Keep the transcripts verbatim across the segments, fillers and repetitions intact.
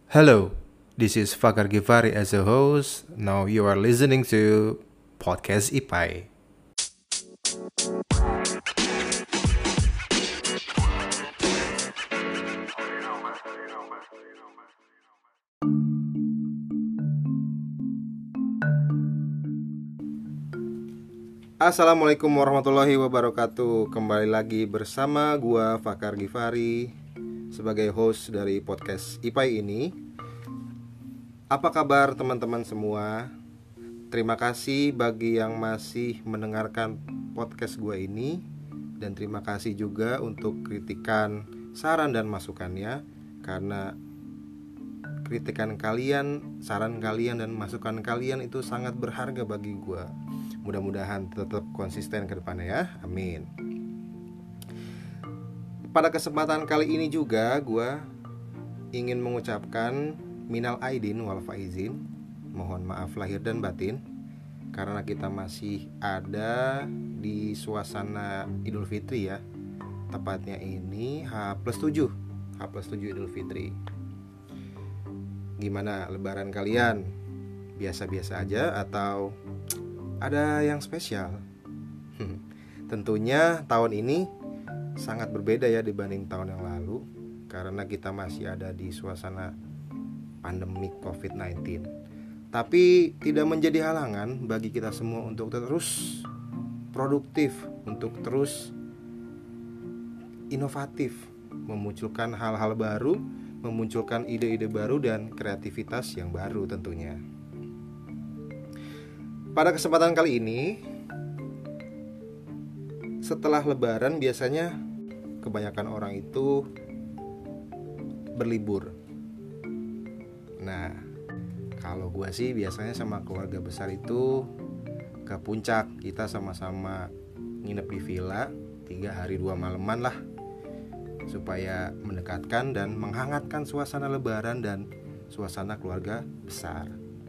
Hello, this is Fakar Givari as a host. Now you are listening to Podcast Ipai. Assalamualaikum warahmatullahi wabarakatuh. Kembali lagi bersama gua Fakar Givari sebagai host dari podcast Ipai ini. Apa kabar teman-teman semua? Terima kasih bagi yang masih mendengarkan podcast gua ini. Dan terima kasih juga untuk kritikan, saran dan masukannya. Karena kritikan kalian, saran kalian dan masukan kalian itu sangat berharga bagi gua. Mudah-mudahan tetap konsisten ke depannya ya, amin. Pada kesempatan kali ini juga gue ingin mengucapkan minal aidin wal faizin, mohon maaf lahir dan batin, karena kita masih ada di suasana Idul Fitri ya. Tepatnya ini H plus tujuh H plus tujuh Idul Fitri. Gimana lebaran kalian? Biasa-biasa aja atau ada yang spesial? Tentunya tahun ini sangat berbeda ya dibanding tahun yang lalu, karena kita masih ada di suasana pandemi covid sembilan belas. Tapi tidak menjadi halangan bagi kita semua untuk terus produktif, untuk terus inovatif, memunculkan hal-hal baru, memunculkan ide-ide baru dan kreativitas yang baru tentunya. Pada kesempatan kali ini, setelah lebaran biasanya kebanyakan orang itu berlibur. Nah, kalau gue sih biasanya sama keluarga besar itu ke puncak. Kita sama-sama nginep di villa tiga hari dua malaman lah, supaya mendekatkan dan menghangatkan suasana lebaran dan suasana keluarga besar.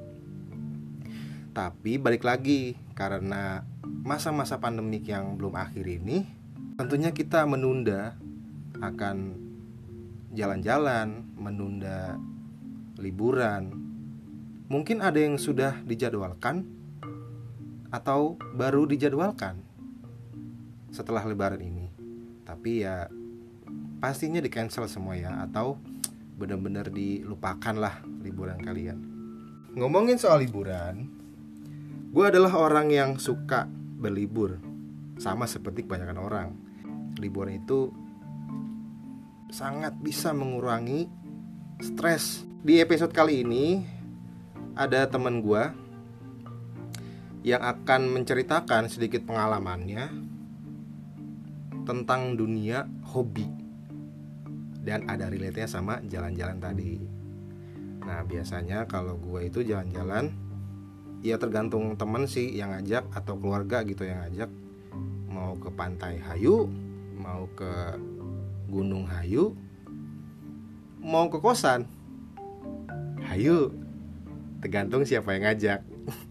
Tapi balik lagi, karena masa-masa pandemik yang belum akhir ini, tentunya kita menunda akan jalan-jalan, menunda liburan. Mungkin ada yang sudah dijadwalkan atau baru dijadwalkan setelah lebaran ini. Tapi ya pastinya di cancel semua ya, atau benar-benar dilupakan lah liburan kalian. Ngomongin soal liburan, gue adalah orang yang suka berlibur, sama seperti kebanyakan orang. Liburan itu sangat bisa mengurangi stres. Di episode kali ini ada teman gue yang akan menceritakan sedikit pengalamannya tentang dunia hobi, dan ada relate-nya sama jalan-jalan tadi. Nah, biasanya kalau gue itu jalan-jalan, ya tergantung temen sih yang ngajak atau keluarga gitu yang ngajak. Mau ke pantai hayu, mau ke gunung hayu, mau ke kosan hayu, tergantung siapa yang ngajak.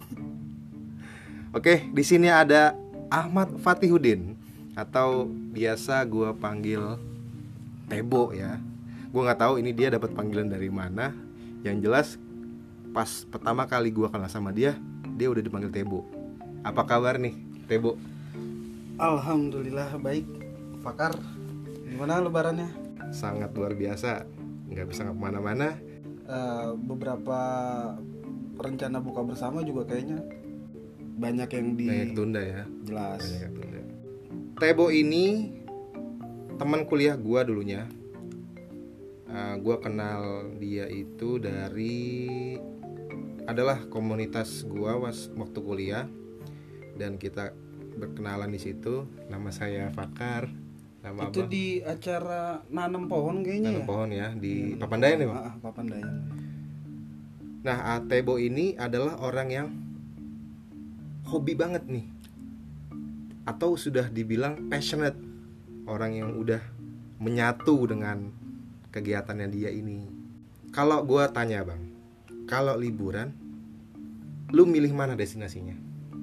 Oke, di sini ada Ahmad Fatihudin atau biasa gue panggil Tebo ya. Gue nggak tahu ini dia dapat panggilan dari mana. Yang jelas pas pertama kali gue kenal sama dia, dia udah dipanggil Tebo. Apa kabar nih, Tebo? Alhamdulillah baik, Fakar. Gimana lebarannya? Sangat luar biasa, nggak bisa kemana-mana. Uh, beberapa rencana buka bersama juga kayaknya banyak yang di banyak tunda ya. Jelas. Banyak yang tunda. Tebo ini teman kuliah gue dulunya. Uh, gue kenal dia itu dari adalah komunitas gue waktu kuliah, dan kita berkenalan di situ. Nama saya Fakar. Nama itu abang di acara nanam pohon kayaknya. nanam ya? pohon ya di Hmm. Papandayan ya, Bang? Ah, Papandayan. Nah, Tebo ini adalah orang yang hobi banget nih, atau sudah dibilang passionate, orang yang udah menyatu dengan kegiatannya dia ini. Kalau gue tanya bang, kalau liburan, lu milih mana destinasinya?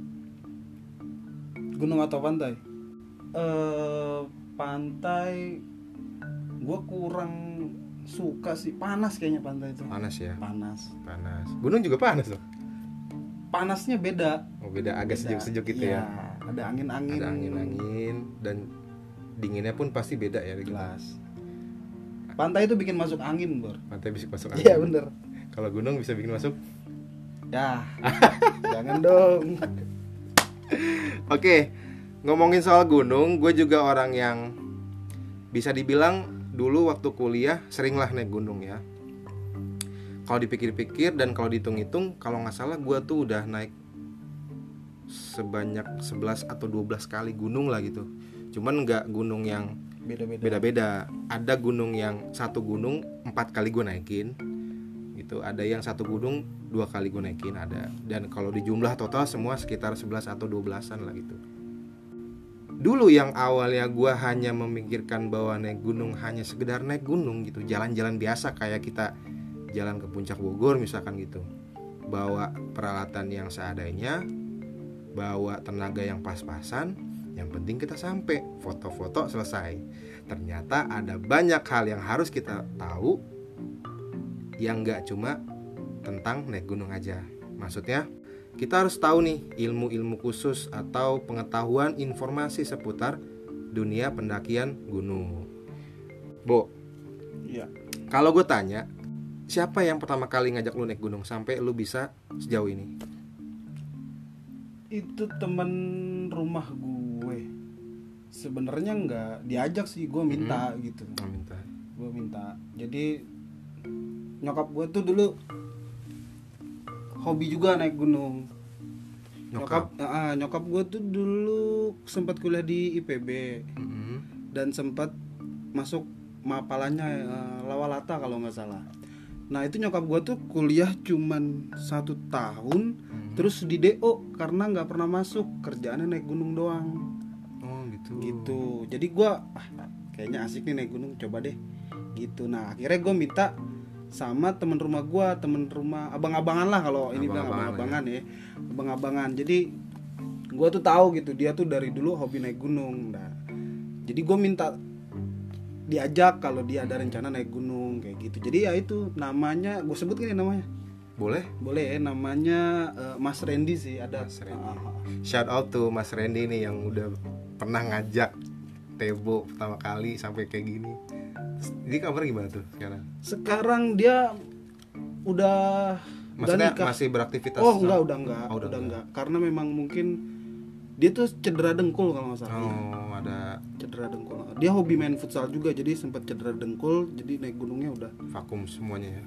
Gunung atau pantai? Eh, pantai gue kurang suka sih, panas kayaknya pantai itu. Panas ya. Panas. Panas. Gunung juga panas loh. Panasnya beda. Oh beda, agak Beda. sejuk-sejuk gitu Iya, ya. ada angin-angin. Ada angin-angin dan dinginnya pun pasti beda ya gitu. Jelas. Pantai itu bikin masuk angin, Bor. Pantai bisa masuk angin. Iya bener. Kalau gunung bisa bikin masuk. Ya. Jangan dong. Oke, ngomongin soal gunung, gue juga orang yang bisa dibilang dulu waktu kuliah seringlah naik gunung ya. Kalau dipikir-pikir dan kalau dihitung-hitung, kalau nggak salah gue tuh udah naik sebanyak sebelas atau dua belas kali gunung lah gitu. Cuman nggak gunung yang Beda-beda. beda-beda. Ada gunung yang satu gunung empat kali gue naikin gitu. Ada yang satu gunung dua kali gue naikin ada. Dan kalau dijumlah total semua sekitar sebelas atau dua belasan lah gitu. Dulu yang awalnya gue hanya memikirkan bahwa naik gunung hanya sekedar naik gunung gitu, jalan-jalan biasa kayak kita jalan ke puncak Bogor misalkan gitu, bawa peralatan yang seadanya, bawa tenaga yang pas-pasan, yang penting kita sampai, foto-foto selesai. Ternyata ada banyak hal yang harus kita tahu, yang gak cuma tentang naik gunung aja. Maksudnya kita harus tahu nih ilmu-ilmu khusus atau pengetahuan informasi seputar dunia pendakian gunung. Bo, Iya. kalau gue tanya, siapa yang pertama kali ngajak lu naik gunung sampai lu bisa sejauh ini? Itu temen rumah gue. Sebenarnya nggak diajak sih, gue minta Hmm. gitu. Oh, minta. Gue minta. Jadi nyokap gue tuh dulu hobi juga naik gunung. Nyokap. Nyokap, ah, nyokap gue tuh dulu sempat kuliah di I P B Mm-hmm. dan sempat masuk mapalannya eh, Lawalata kalau nggak salah. Nah itu nyokap gue tuh kuliah cuman satu tahun, Mm-hmm. terus di D O karena nggak pernah masuk, kerjaannya naik gunung doang. Oh gitu. Gitu. Jadi gue ah, kayaknya asik nih naik gunung, coba deh. Gitu. Nah akhirnya gue minta sama temen rumah gue, temen rumah abang-abangan lah kalau ini bilang Abang-abangan abang-abangan ya, abang-abangan. Jadi gue tuh tahu gitu dia tuh dari dulu hobi naik gunung. Nah, jadi gue minta diajak kalau dia ada rencana naik gunung kayak gitu. Jadi ya itu namanya, gue sebut ini namanya. Boleh? Boleh ya, namanya uh, Mas Randy sih ada. Mas Randy. Uh, uh, Shout out to Mas Randy nih yang udah pernah ngajak Tebo pertama kali sampai kayak gini. Jadi kabar gimana tuh sekarang? Sekarang dia udah Maksudnya udah nikah. masih beraktivitas? Oh enggak, udah enggak, Oh, udah udah enggak. enggak. Karena memang mungkin dia tuh cedera dengkul kalau nggak salah. Oh ada Cedera dengkul. Dia hobi main futsal juga, jadi sempat cedera dengkul, jadi naik gunungnya udah. vakum semuanya ya.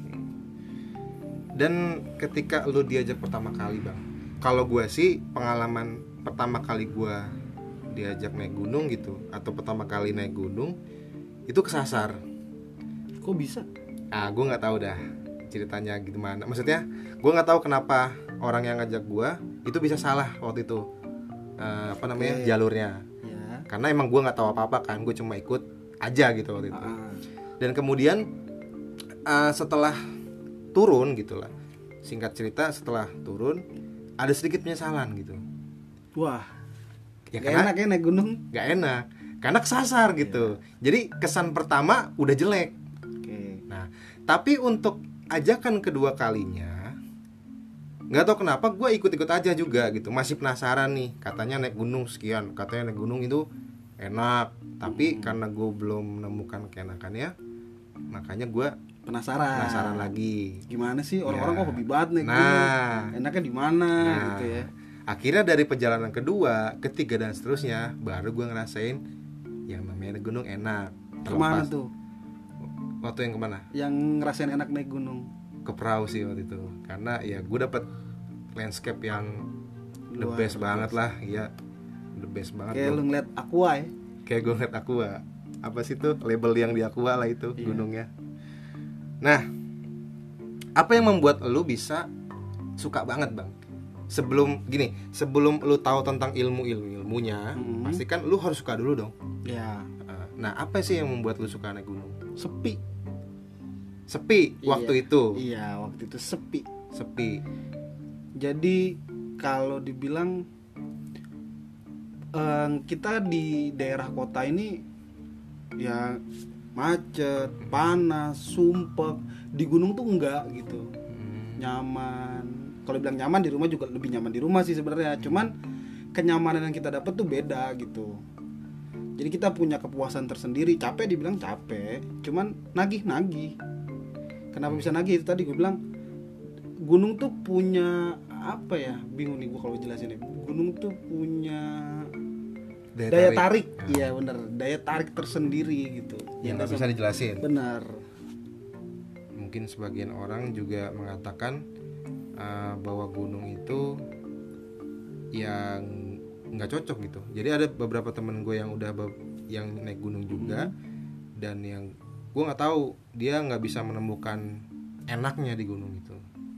Dan ketika lu diajak pertama kali bang, kalau gue sih pengalaman pertama kali gue diajak naik gunung gitu, atau pertama kali naik gunung itu kesasar. Kok bisa? Ah gue nggak tahu dah ceritanya gimana. Maksudnya gue nggak tahu kenapa orang yang ngajak gue itu bisa salah waktu itu. Uh, apa namanya Oke. jalurnya. Ya. Karena emang gue nggak tahu apa-apa kan, gue cuma ikut aja gitu waktu itu. Ah, Dan kemudian uh, setelah turun gitulah, singkat cerita setelah turun ada sedikit penyesalan gitu. wah, Ya gak karena enak ya naik gunung. nggak enak, karena kesasar gitu. Jadi kesan pertama udah jelek. Oke. Nah, tapi untuk ajakan kedua kalinya, nggak tahu kenapa gue ikut-ikut aja juga gitu. Masih penasaran nih, katanya naik gunung sekian, katanya naik gunung itu enak. Tapi karena gue belum menemukan keenakannya, makanya gue Penasaran. penasaran lagi. Gimana sih orang-orang Ya. kok hobi banget naik Nah. gunung? Enaknya di mana Nah, gitu ya. akhirnya dari perjalanan kedua, ketiga dan seterusnya, baru gue ngerasain yang namanya naik gunung enak. Kemana Terlepas- tuh? Waktu yang kemana? Yang ngerasain enak naik gunung. Ke perahu sih waktu itu. Karena ya gue dapet landscape yang the Luar best biasa. banget lah. Iya, the best banget. Kayak Gua- lu ngeliat aqua ya. Kayak gue ngeliat Aqua. Apa sih tuh label yang di Aqua lah itu Iya. gunungnya. Nah, apa yang membuat lu bisa suka banget bang? Sebelum gini, sebelum lu tahu tentang ilmu ilmu ilmunya, Mhm. pasti kan lu harus suka dulu dong. Ya, Nah, apa sih yang membuat lu suka naik gunung? sepi. Sepi waktu Iya. itu. Iya, waktu itu sepi. Sepi. Jadi kalau dibilang eh, kita di daerah kota ini ya macet, panas, sumpek. Di gunung tuh enggak gitu, Hmm. nyaman. Kalau bilang nyaman di rumah juga lebih nyaman di rumah sih sebenarnya. Cuman kenyamanan yang kita dapat tuh beda gitu. Jadi kita punya kepuasan tersendiri. Capek dibilang capek, cuman nagih-nagih. Kenapa bisa nagih? Itu tadi gue bilang gunung tuh punya apa ya? Bingung nih gue kalau jelasin ya. Gunung tuh punya Daya, daya tarik. tarik, iya bener, daya tarik tersendiri gitu. Yang nggak bisa dijelasin. Benar. Mungkin sebagian orang juga mengatakan uh, bahwa gunung itu yang nggak cocok gitu. Jadi ada beberapa temen gue yang udah be- yang naik gunung juga, hmm. dan yang gue nggak tahu dia nggak bisa menemukan enaknya di gunung itu.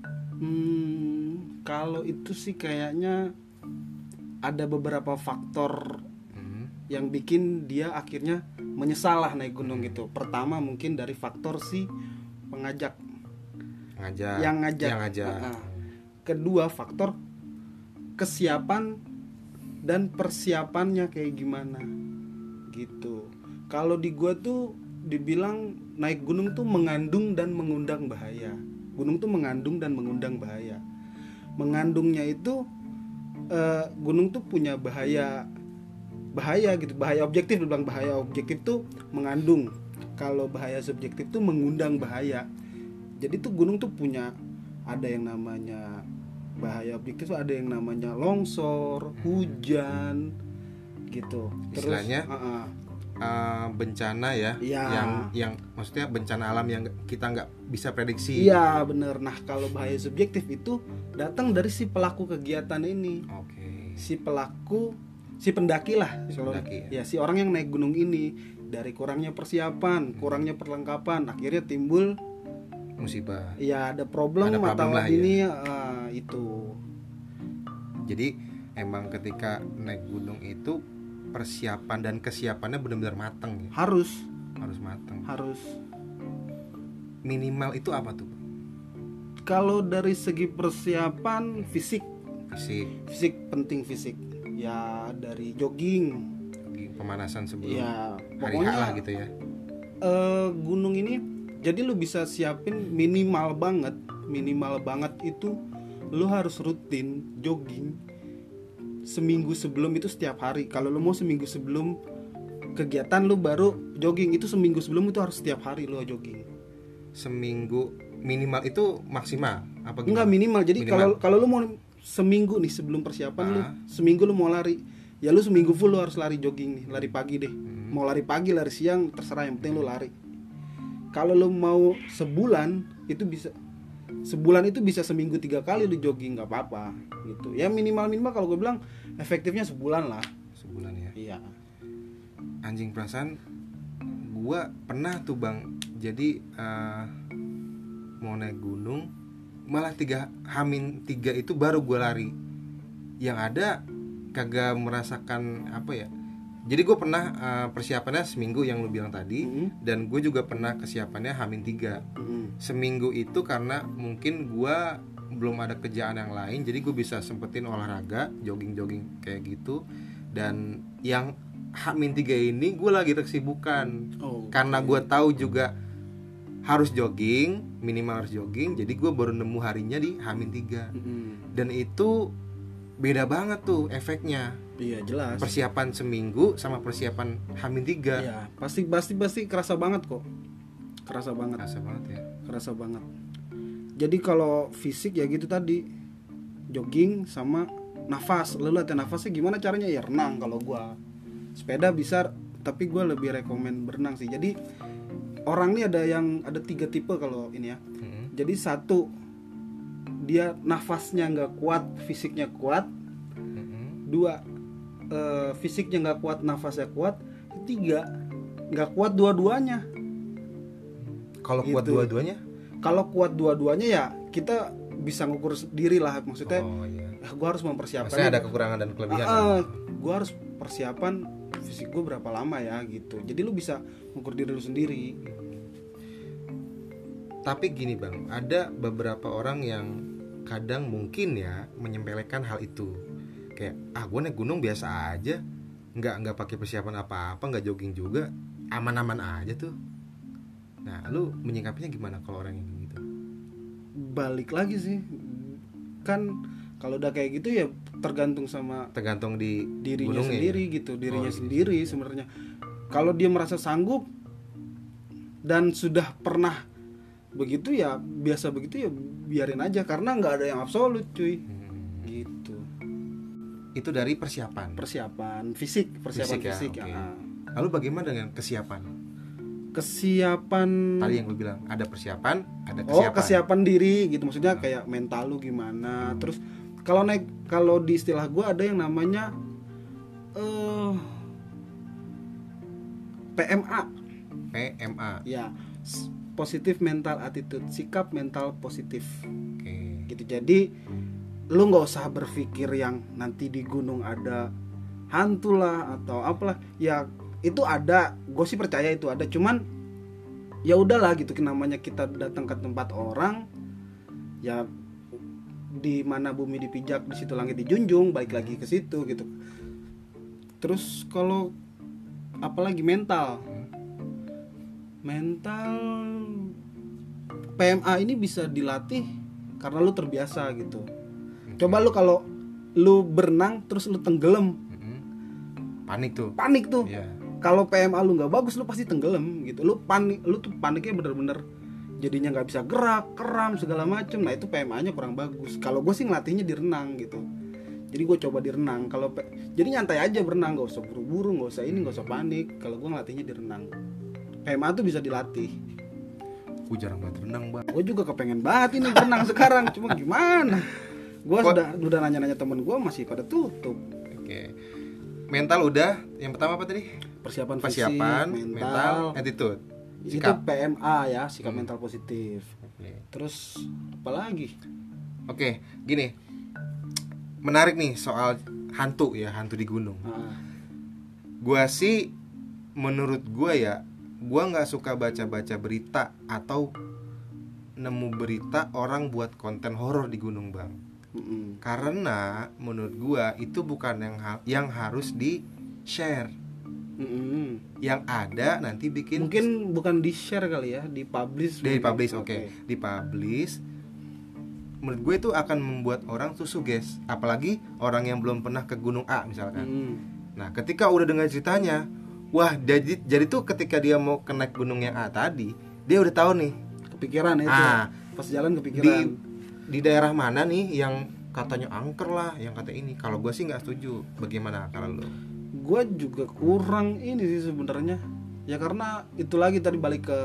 Hmm, kalau itu sih kayaknya ada beberapa faktor hmm. yang bikin dia akhirnya menyesal lah naik gunung gitu. Pertama mungkin dari faktor si pengajak, ngajak, yang ngajak. Yang ngajak. Uh-uh. Kedua faktor kesiapan dan persiapannya kayak gimana gitu. Kalau di gua tuh dibilang naik gunung tuh mengandung dan mengundang bahaya. Gunung tuh mengandung dan mengundang bahaya. Mengandungnya itu uh, gunung tuh punya bahaya bahaya gitu, bahaya objektif. Dibilang bahaya objektif tuh mengandung. Kalau bahaya subjektif tuh mengundang bahaya. Jadi tuh gunung tuh punya ada yang namanya bahaya objektif, ada yang namanya longsor, hujan gitu. Terus istilahnya uh-uh. uh, bencana ya, ya, yang yang maksudnya bencana alam yang kita nggak bisa prediksi. Iya bener. Nah kalau bahaya subjektif itu datang dari si pelaku kegiatan ini. Oke. Okay. Si pelaku, si pendaki lah, si, pendaki, ya. ya si orang yang naik gunung ini dari kurangnya persiapan, hmm. kurangnya perlengkapan, akhirnya timbul musibah. Ya ada problem, ada problem atau lah, ini ya. uh, itu. Jadi emang ketika naik gunung itu persiapan dan kesiapannya benar-benar matang ya. Harus. Harus matang. Harus. Minimal itu apa tuh? Kalau dari segi persiapan fisik. Fisik. Fisik penting fisik. Ya dari jogging. Jogging, pemanasan sebelum ya, hari H lah gitu ya. Uh, gunung ini. Jadi lu bisa siapin minimal banget, minimal banget itu lu harus rutin jogging seminggu sebelum itu setiap hari. Kalau lu mau seminggu sebelum kegiatan lu baru jogging, itu seminggu sebelum itu harus setiap hari lu jogging. Seminggu minimal itu maksimal apa gimana? Enggak minimal. Jadi kalau kalau lu mau seminggu nih sebelum persiapan ah. lu, seminggu lu mau lari, ya lu seminggu full lu harus lari jogging nih, lari pagi deh. Hmm. Mau lari pagi, lari siang, terserah, yang penting lu lari. Kalau lo mau sebulan itu bisa sebulan itu bisa seminggu tiga kali lo jogging, nggak apa-apa gitu ya. Minimal minimal kalau gue bilang efektifnya sebulan lah. Sebulan ya. Iya. Anjing, perasaan gue pernah tuh bang. Jadi uh, mau naik gunung malah tiga hamin tiga itu baru gue lari. Yang ada kagak merasakan apa ya. Jadi gue pernah uh, persiapannya seminggu yang lu bilang tadi, mm-hmm. dan gue juga pernah kesiapannya hamin tiga. Mm-hmm. Seminggu itu karena mungkin gue belum ada kerjaan yang lain, jadi gue bisa sempetin olahraga, jogging-jogging kayak gitu. Dan yang hamin tiga ini gue lagi kesibukan, oh, karena gue tahu juga harus jogging, minimal harus jogging. Jadi gue baru nemu harinya di hamin tiga. Mm-hmm. Dan itu beda banget tuh efeknya. Iya jelas. Persiapan seminggu sama persiapan hamin tiga. Iya pasti pasti pasti kerasa banget kok. Kerasa banget. Kerasa banget ya. Kerasa banget. Jadi kalau fisik ya gitu tadi, jogging sama nafas. Lalu latihan nafasnya gimana caranya? Ya renang kalau gua. Sepeda bisa, tapi gua lebih rekomen berenang sih. Jadi orang nih ada yang ada tiga tipe kalau ini ya. Hmm. Jadi satu, dia nafasnya nggak kuat, fisiknya kuat. Hmm. Dua, Uh, fisiknya nggak kuat, nafasnya kuat. Tiga, nggak kuat dua-duanya. Kalau gitu. Kuat dua-duanya? Kalau kuat dua-duanya ya kita bisa ngukur diri lah. Maksudnya, oh, iya. ah, gue harus mempersiapkan. Maksudnya ada kekurangan dan kelebihan. Uh, uh, gue harus persiapan fisik gue berapa lama ya gitu. Jadi lu bisa ngukur diri lu sendiri. Tapi gini bang, ada beberapa orang yang kadang mungkin ya menyempelekan hal itu. Kayak ah gue naik gunung biasa aja, nggak nggak pakai persiapan apa-apa, nggak jogging juga, aman-aman aja tuh. Nah, lu menyikapinya gimana kalau orang yang gitu? Balik lagi sih, kan kalau udah kayak gitu ya tergantung sama Tergantung di dirinya gunungnya sendiri ya? gitu, dirinya Oh, sendiri iya. sebenarnya. Kalau dia merasa sanggup dan sudah pernah begitu ya biasa begitu ya biarin aja, karena nggak ada yang absolut cuy. Hmm. Gitu. Itu dari persiapan. Persiapan fisik, persiapan fisik, ya, ya. oke. Lalu bagaimana dengan kesiapan? Kesiapan. Tadi yang lu bilang ada persiapan, ada Oh, kesiapan. kesiapan diri gitu, maksudnya Hmm. kayak mental lu gimana. Terus kalau naik, kalau di istilah gue ada yang namanya eh P M A. P M A. Ya, s- positive mental attitude, sikap mental positif. Oke. Gitu. Jadi lu nggak usah berpikir yang nanti di gunung ada hantu lah atau apalah. Ya itu ada, gue sih percaya itu ada. Cuman ya udahlah gitu, namanya kita datang ke tempat orang, ya di mana bumi dipijak di situ langit dijunjung, balik lagi ke situ gitu. Terus kalau apalagi mental, mental P M A ini bisa dilatih karena lu terbiasa gitu. Coba lu kalau lu berenang terus lu tenggelam, Mm-mm. Panik tuh. panik tuh. Iya. Kalau P M A lu nggak bagus, lu pasti tenggelam gitu. Lu panik, lu tuh paniknya bener-bener jadinya nggak bisa gerak, kram segala macem. Nah itu P M A-nya kurang bagus. Kalau gue sih ngelatihnya di renang gitu. Jadi gue coba di renang. Kalau P- jadi nyantai aja berenang, nggak usah buru-buru, nggak usah ini, nggak usah panik. Kalau gue ngelatihnya di renang. P M A tuh bisa dilatih. Gue jarang banget renang, Bang. Gue juga kepengen banget ini berenang sekarang, cuma gimana? Gue Kok- sudah udah nanya-nanya temen gue masih pada tutup. Oke. Mental udah. Yang pertama apa tadi? Persiapan, Persiapan, fisik, mental, mental, attitude. itu Sikap. P M A ya, sikap Hmm. mental positif. Oke. Terus apa lagi? Oke, gini. Menarik nih soal hantu ya, hantu di gunung. Ah, Gua sih menurut gua ya, gua nggak suka baca-baca berita atau nemu berita orang buat konten horor di gunung, Bang. mm-mm. Karena menurut gua itu bukan yang ha- yang harus di share. Mm-mm. Yang ada nanti bikin Mungkin bukan di share kali ya, di publish. dari mungkin. publish, oke, di publish. Menurut gue itu akan membuat orang tuh suges, apalagi orang yang belum pernah ke gunung A misalkan. Mm. Nah, ketika udah dengar ceritanya, wah, jadi jadi tuh ketika dia mau ke naik gunung yang A tadi, dia udah tahu nih Kepikiran itu. Ah, Pas jalan di kepikiran. di daerah mana nih yang katanya angker lah, yang kata ini. Kalau gue sih nggak setuju. Bagaimana kalau lo? Gue juga kurang ini sih sebenarnya. Ya karena itu lagi tadi balik ke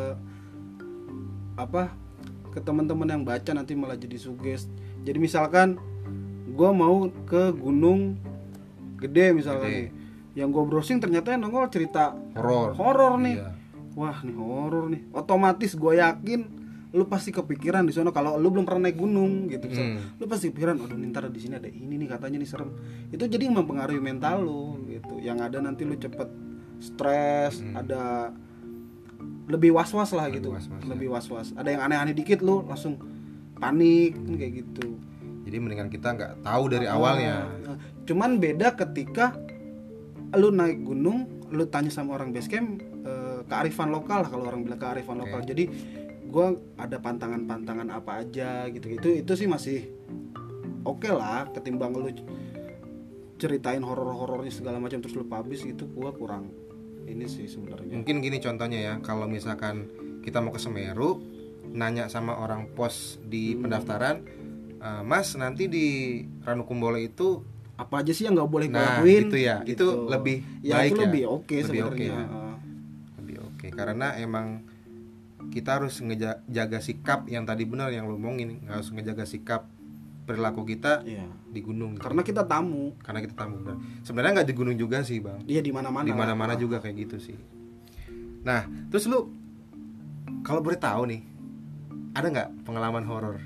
apa? Ke teman-teman yang baca nanti malah jadi suges. Jadi misalkan gue mau ke gunung gede misalkan Gede. nih. Yang gue browsing ternyata yang nongol cerita Horor. horor nih. Iya. Wah nih horor nih. Otomatis gue yakin lu pasti kepikiran di sana kalau lu belum pernah naik gunung gitu. Hmm. Lu pasti kepikiran, aduh nih, ntar di sini ada ini nih katanya nih serem. Itu jadi mempengaruhi mental lu gitu. Yang ada nanti lu cepet stres, Hmm. ada lebih was-was lah Lebih gitu. was-was, ya. Lebih was-was. Ada yang aneh-aneh dikit lu langsung panik kan kayak gitu. Jadi mendingan kita nggak tahu dari awalnya. Ah, cuman beda ketika lu naik gunung, lu tanya sama orang base camp, eh, kearifan lokal lah kalau orang bilang kearifan Oke. lokal. Jadi gua ada pantangan-pantangan apa aja gitu. Itu itu sih masih oke lah ketimbang lu ceritain horor-horornya segala macam terus lu publish gitu. Gua kurang ini sih sebenarnya. Mungkin gini contohnya ya, kalau misalkan kita mau ke Semeru, nanya sama orang pos di Hmm. pendaftaran, "E, Mas nanti di Ranukumbolo itu Apa aja sih yang nggak boleh gua Nah, lakuin? gitu ya. Itu lebih ya, baik itu ya. lebih oke Lebih sebenarnya. oke ya. Ah. lebih oke karena emang kita harus ngejaga sikap yang tadi benar yang lo omongin, harus ngejaga sikap perilaku kita Iya. di gunung. Karena kita tamu. Karena kita tamu benar. Sebenarnya nggak di gunung juga sih, Bang. Dia di mana-mana. Di mana-mana juga kayak gitu sih. Nah, terus lu kalau boleh tahu nih, ada nggak pengalaman horor?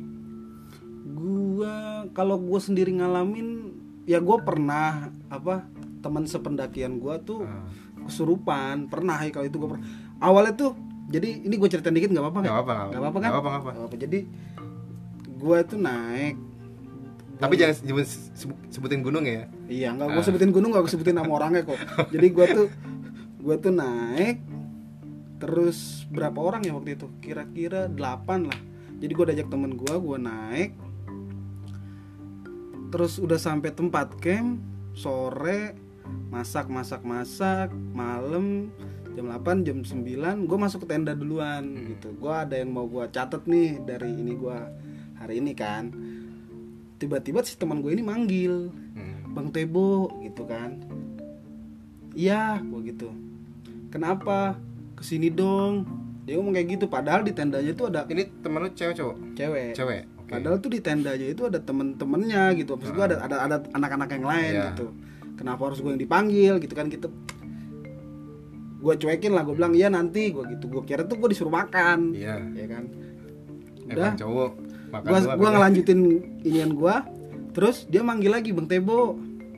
Gua kalau gua sendiri ngalamin, ya gua pernah apa teman sependakian gua tuh Ah. kesurupan, pernah ya kalau itu gua pernah. Awalnya tuh, jadi ini gua ceritain dikit nggak apa-apa? Nggak apa-apa, nggak Nggak apa-apa kan? Nggak apa-apa, nggak apa. Nggak apa-apa. Jadi gua itu naik. Tapi jangan sebut, sebutin gunung ya. Iya, nggak gua Ah. sebutin gunung, nggak gua sebutin nama orangnya kok. Jadi gua tuh gua tuh naik Terus berapa orang ya waktu itu? Kira-kira delapan lah. Jadi gue ajak temen gue, gue naik. Terus udah sampai tempat camp, sore, masak, masak, masak, malam, jam delapan, jam sembilan, gue masuk ke tenda duluan gitu. Gue ada yang mau gue catet nih dari ini gue hari ini kan. Tiba-tiba si teman gue ini manggil, Bang Tebo gitu kan. Iya, gue gitu. Kenapa? Kesini dong. Dia ngomong kayak gitu. Padahal di tendanya itu ada. Ini temen lu cewek cowok? Cewek. Cewek. Okay. Padahal tuh di tendanya itu ada temen-temennya gitu. Maksud gue ada ada ada anak-anak yang lain yeah. gitu. Kenapa harus gue yang dipanggil gitu kan gitu. Gue cuekin lah. Gue bilang iya nanti. Gue gitu. Gue kira tuh gue disuruh makan. Iya. Yeah. Ya kan. Udah. Emang cowok. Gue gue ngelanjutin inian gue. Terus dia manggil lagi, Bang Tebo.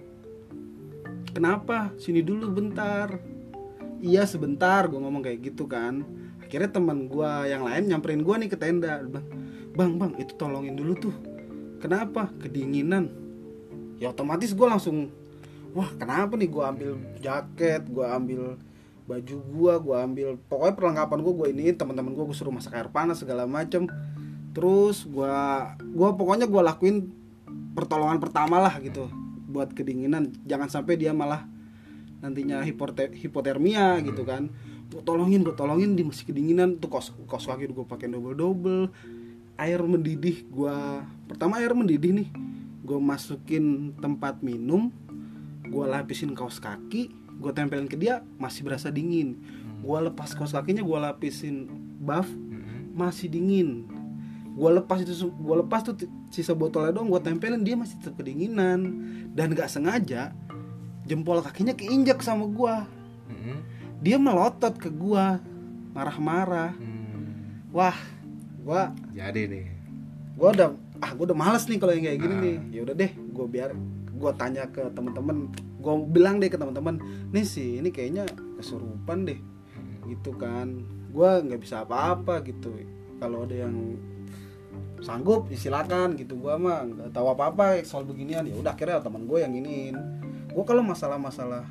Kenapa? Sini dulu bentar. Iya sebentar, gue ngomong kayak gitu kan. Akhirnya teman gue yang lain nyamperin gue nih ke tenda. Bang, bang, bang, itu tolongin dulu tuh. Kenapa? Kedinginan. Ya otomatis gue langsung, wah kenapa nih? Gue ambil jaket, gue ambil baju gue, gue ambil pokoknya perlengkapan gue, gue iniin teman-teman gue, gue suruh masak air panas segala macem. Terus gue, gue pokoknya gue lakuin pertolongan pertama lah gitu buat kedinginan. Jangan sampai dia malah nantinya hipoter- hipotermia hmm. gitu kan. Gue tolongin, gue tolongin di masih kedinginan tuh kos kos kaki gue pakai double double. Air mendidih gue pertama air mendidih nih gue masukin tempat minum, gue lapisin kaos kaki, gue tempelin ke dia masih berasa dingin. hmm. Gue lepas kaos kakinya, gue lapisin buff hmm. masih dingin. Gue lepas itu, gue lepas tuh sisa botolnya dong, gue tempelin, dia masih tetap kedinginan. Dan nggak sengaja jempol kakinya keinjak sama gua. Mm-hmm. Dia melotot ke gua, marah-marah. Mm. Wah, gua jadi nih. Gua udah ah gua udah males nih kalau yang kayak gini ah. nih. Ya udah deh, gua biar gua tanya ke teman-teman. Gua bilang deh ke teman-teman, "Nih sih, ini kayaknya kesurupan deh." Mm. Gitu kan. Gua enggak bisa apa-apa gitu. Kalau ada yang sanggup silakan gitu, gua mah enggak tahu apa-apa soal beginian. Ya udah akhirnya teman gua yang iniin. Gue kalau masalah-masalah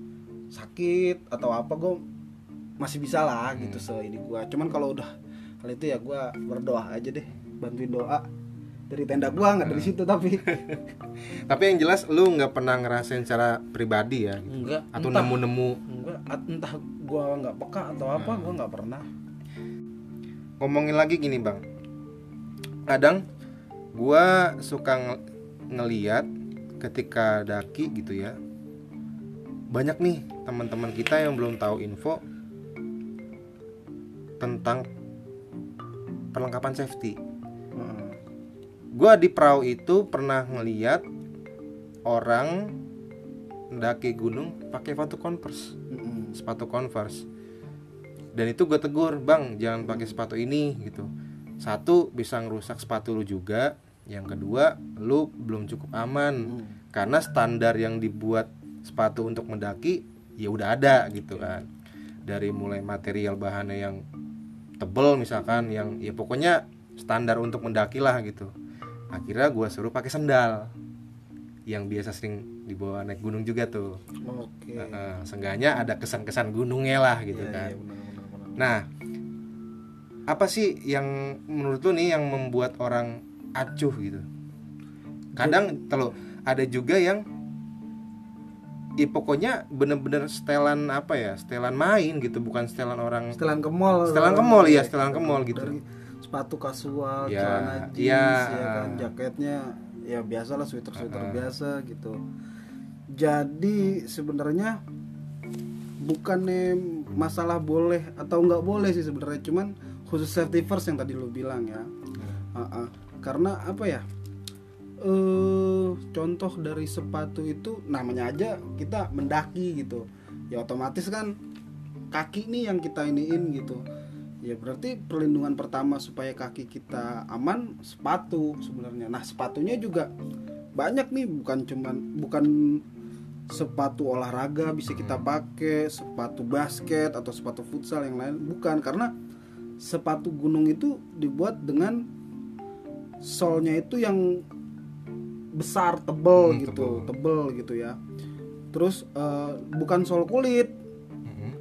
sakit atau apa gue masih bisa lah hmm. gitu se ini gue. Cuman kalau udah hal itu ya gue berdoa aja deh, bantuin doa dari tenda gue, nggak dari situ tapi. Tapi yang jelas lu nggak pernah ngerasain secara pribadi ya? Gitu? Enggak. Atau entah, nemu-nemu? Enggak. Entah gue nggak peka atau apa, hmm. gue nggak pernah. Ngomongin lagi gini bang, kadang gue suka ng- ngeliat ketika daki gitu ya, banyak nih teman-teman kita yang belum tahu info tentang perlengkapan safety. hmm. Gua di perahu itu pernah ngeliat orang daki gunung pakai sepatu Converse, hmm. sepatu Converse, dan itu gue tegur, bang jangan pakai sepatu ini gitu. Satu, bisa ngerusak sepatu lu juga. Yang kedua, lu belum cukup aman. hmm. Karena standar yang dibuat sepatu untuk mendaki ya udah ada gitu kan. Dari mulai material bahannya yang tebel misalkan, yang ya pokoknya standar untuk mendaki lah gitu. Akhirnya gue suruh pakai sendal yang biasa sering dibawa naik gunung juga tuh. Oke. Okay. Uh, seenggaknya ada kesan-kesan gunungnya lah gitu yeah, kan. Yeah, benar, benar, benar. Nah, apa sih yang menurut lu nih yang membuat orang acuh gitu? Kadang kalau ada juga yang ya pokoknya bener-bener setelan apa ya, setelan main gitu, bukan setelan orang. Setelan ke mall. Setelan ke mall ya, setelan ke mall gitu. Dari sepatu kasual, ya, celana jeans, ya, ya kan, jaketnya ya biasalah sweater-sweater uh, biasa gitu. Jadi sebenarnya bukannya masalah boleh atau nggak boleh sih sebenarnya, cuman khusus safety first yang tadi lu bilang ya. Uh, uh. Karena apa ya? Uh, contoh dari sepatu itu namanya aja kita mendaki gitu. Ya otomatis kan kaki nih yang kita iniin gitu. Ya berarti perlindungan pertama supaya kaki kita aman sepatu sebenarnya. Nah, sepatunya juga banyak nih, bukan cuman bukan sepatu olahraga bisa kita pakai, sepatu basket atau sepatu futsal yang lain, bukan, karena sepatu gunung itu dibuat dengan solnya itu yang besar, tebel hmm, gitu, tebel. tebel gitu ya. Terus uh, bukan sol kulit, hmm.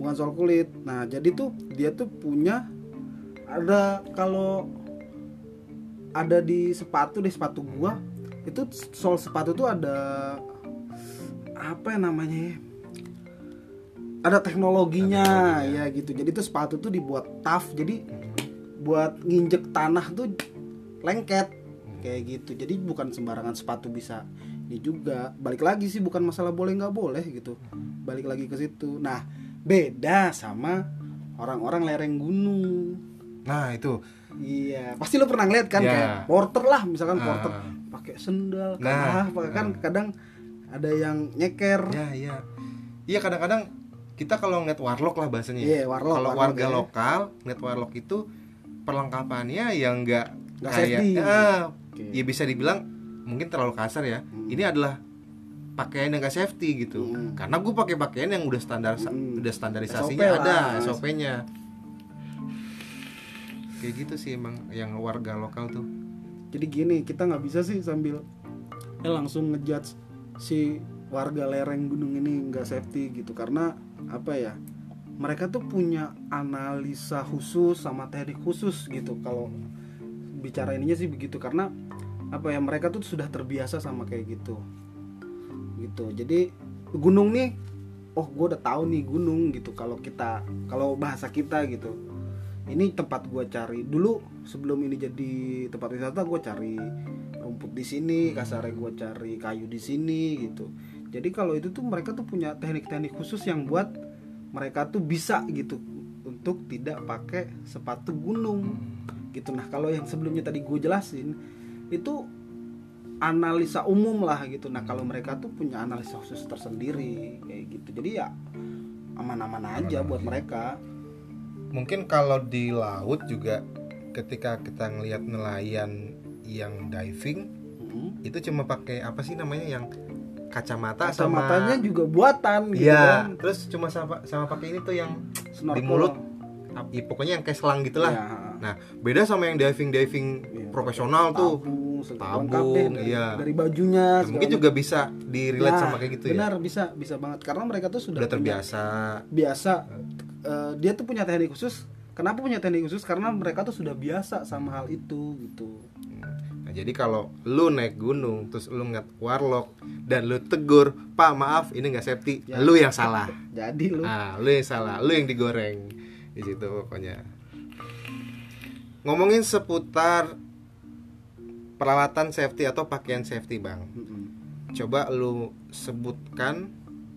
bukan soal kulit. Nah jadi tuh dia tuh punya ada kalau ada di sepatu di sepatu gua itu sol sepatu tuh ada apa ya namanya ya? Ada teknologinya ya gitu. Jadi tuh sepatu tuh dibuat tough. Jadi buat nginjek tanah tuh lengket kayak gitu. Jadi bukan sembarangan sepatu bisa ini juga. Balik lagi sih bukan masalah boleh nggak boleh gitu. Balik lagi ke situ. Nah beda sama orang-orang lereng gunung. Nah itu. Iya, pasti lo pernah ngeliat kan, yeah. kayak porter lah, misalkan uh. porter pakai sendal, nah, kan, kan uh. kadang ada yang nyeker. Iya, iya. Iya kadang-kadang kita kalau ngeliat warlock lah bahasanya. Yeah, warlock, kalau warlock, warga ya. lokal ngeliat warlock itu perlengkapannya yang enggak kayak ya, okay. ya bisa dibilang mungkin terlalu kasar ya. Hmm. Ini adalah pakaian yang gak safety gitu. Hmm. Karena gue pakai pakaian yang udah standar hmm. udah standarisasinya S O P ada, S O P-nya. Kayak gitu sih emang yang warga lokal tuh. Jadi gini, kita nggak bisa sih sambil eh langsung ngejudge si warga lereng gunung ini nggak safety gitu, karena apa ya, mereka tuh punya analisa khusus sama teknik khusus gitu. Kalau bicara ininya sih begitu, karena apa ya, mereka tuh sudah terbiasa sama kayak gitu gitu. Jadi gunung nih, oh gue udah tahu nih gunung gitu. Kalau kita, kalau bahasa kita gitu, ini tempat gue cari dulu sebelum ini jadi tempat wisata, gue cari rumput di sini, kasarnya gue cari kayu di sini gitu. Jadi kalau itu tuh mereka tuh punya teknik-teknik khusus yang buat mereka tuh bisa gitu untuk tidak pakai sepatu gunung gitu. Nah kalau yang sebelumnya tadi gue jelasin itu analisa umum lah gitu. Nah kalau mereka tuh punya analisa khusus tersendiri kayak gitu. Jadi ya aman-aman aja buat mereka. Mungkin kalau di laut juga ketika kita ngelihat nelayan yang diving, mm-hmm. itu cuma pakai apa sih namanya yang kacamata, kacamatanya sama... juga buatan gitu ya, kan. Terus cuma sama sama pakai ini tuh yang snorkel. Di mulut, ya, pokoknya yang kayak selang gitulah. Ya. Nah, beda sama yang diving diving ya, profesional tuh. Tabung, dari, iya. Dari bajunya. Nah, mungkin juga bisa di-relate nah, sama kayak gitu benar, ya. Benar, bisa, bisa banget karena mereka tuh sudah, sudah terbiasa. Punya, biasa. Uh, dia tuh punya teknik khusus. Kenapa punya teknik khusus? Karena mereka tuh sudah biasa sama hal itu gitu. Nah, jadi kalau lu naik gunung terus lu ngeliat warlock dan lu tegur, "Pak, maaf, ini enggak safety." Ya. Lu yang salah. Jadi lu. Ah, lu yang salah. Lu yang digoreng. Di situ pokoknya. Ngomongin seputar peralatan safety atau pakaian safety, Bang. Mm-hmm. Coba lu sebutkan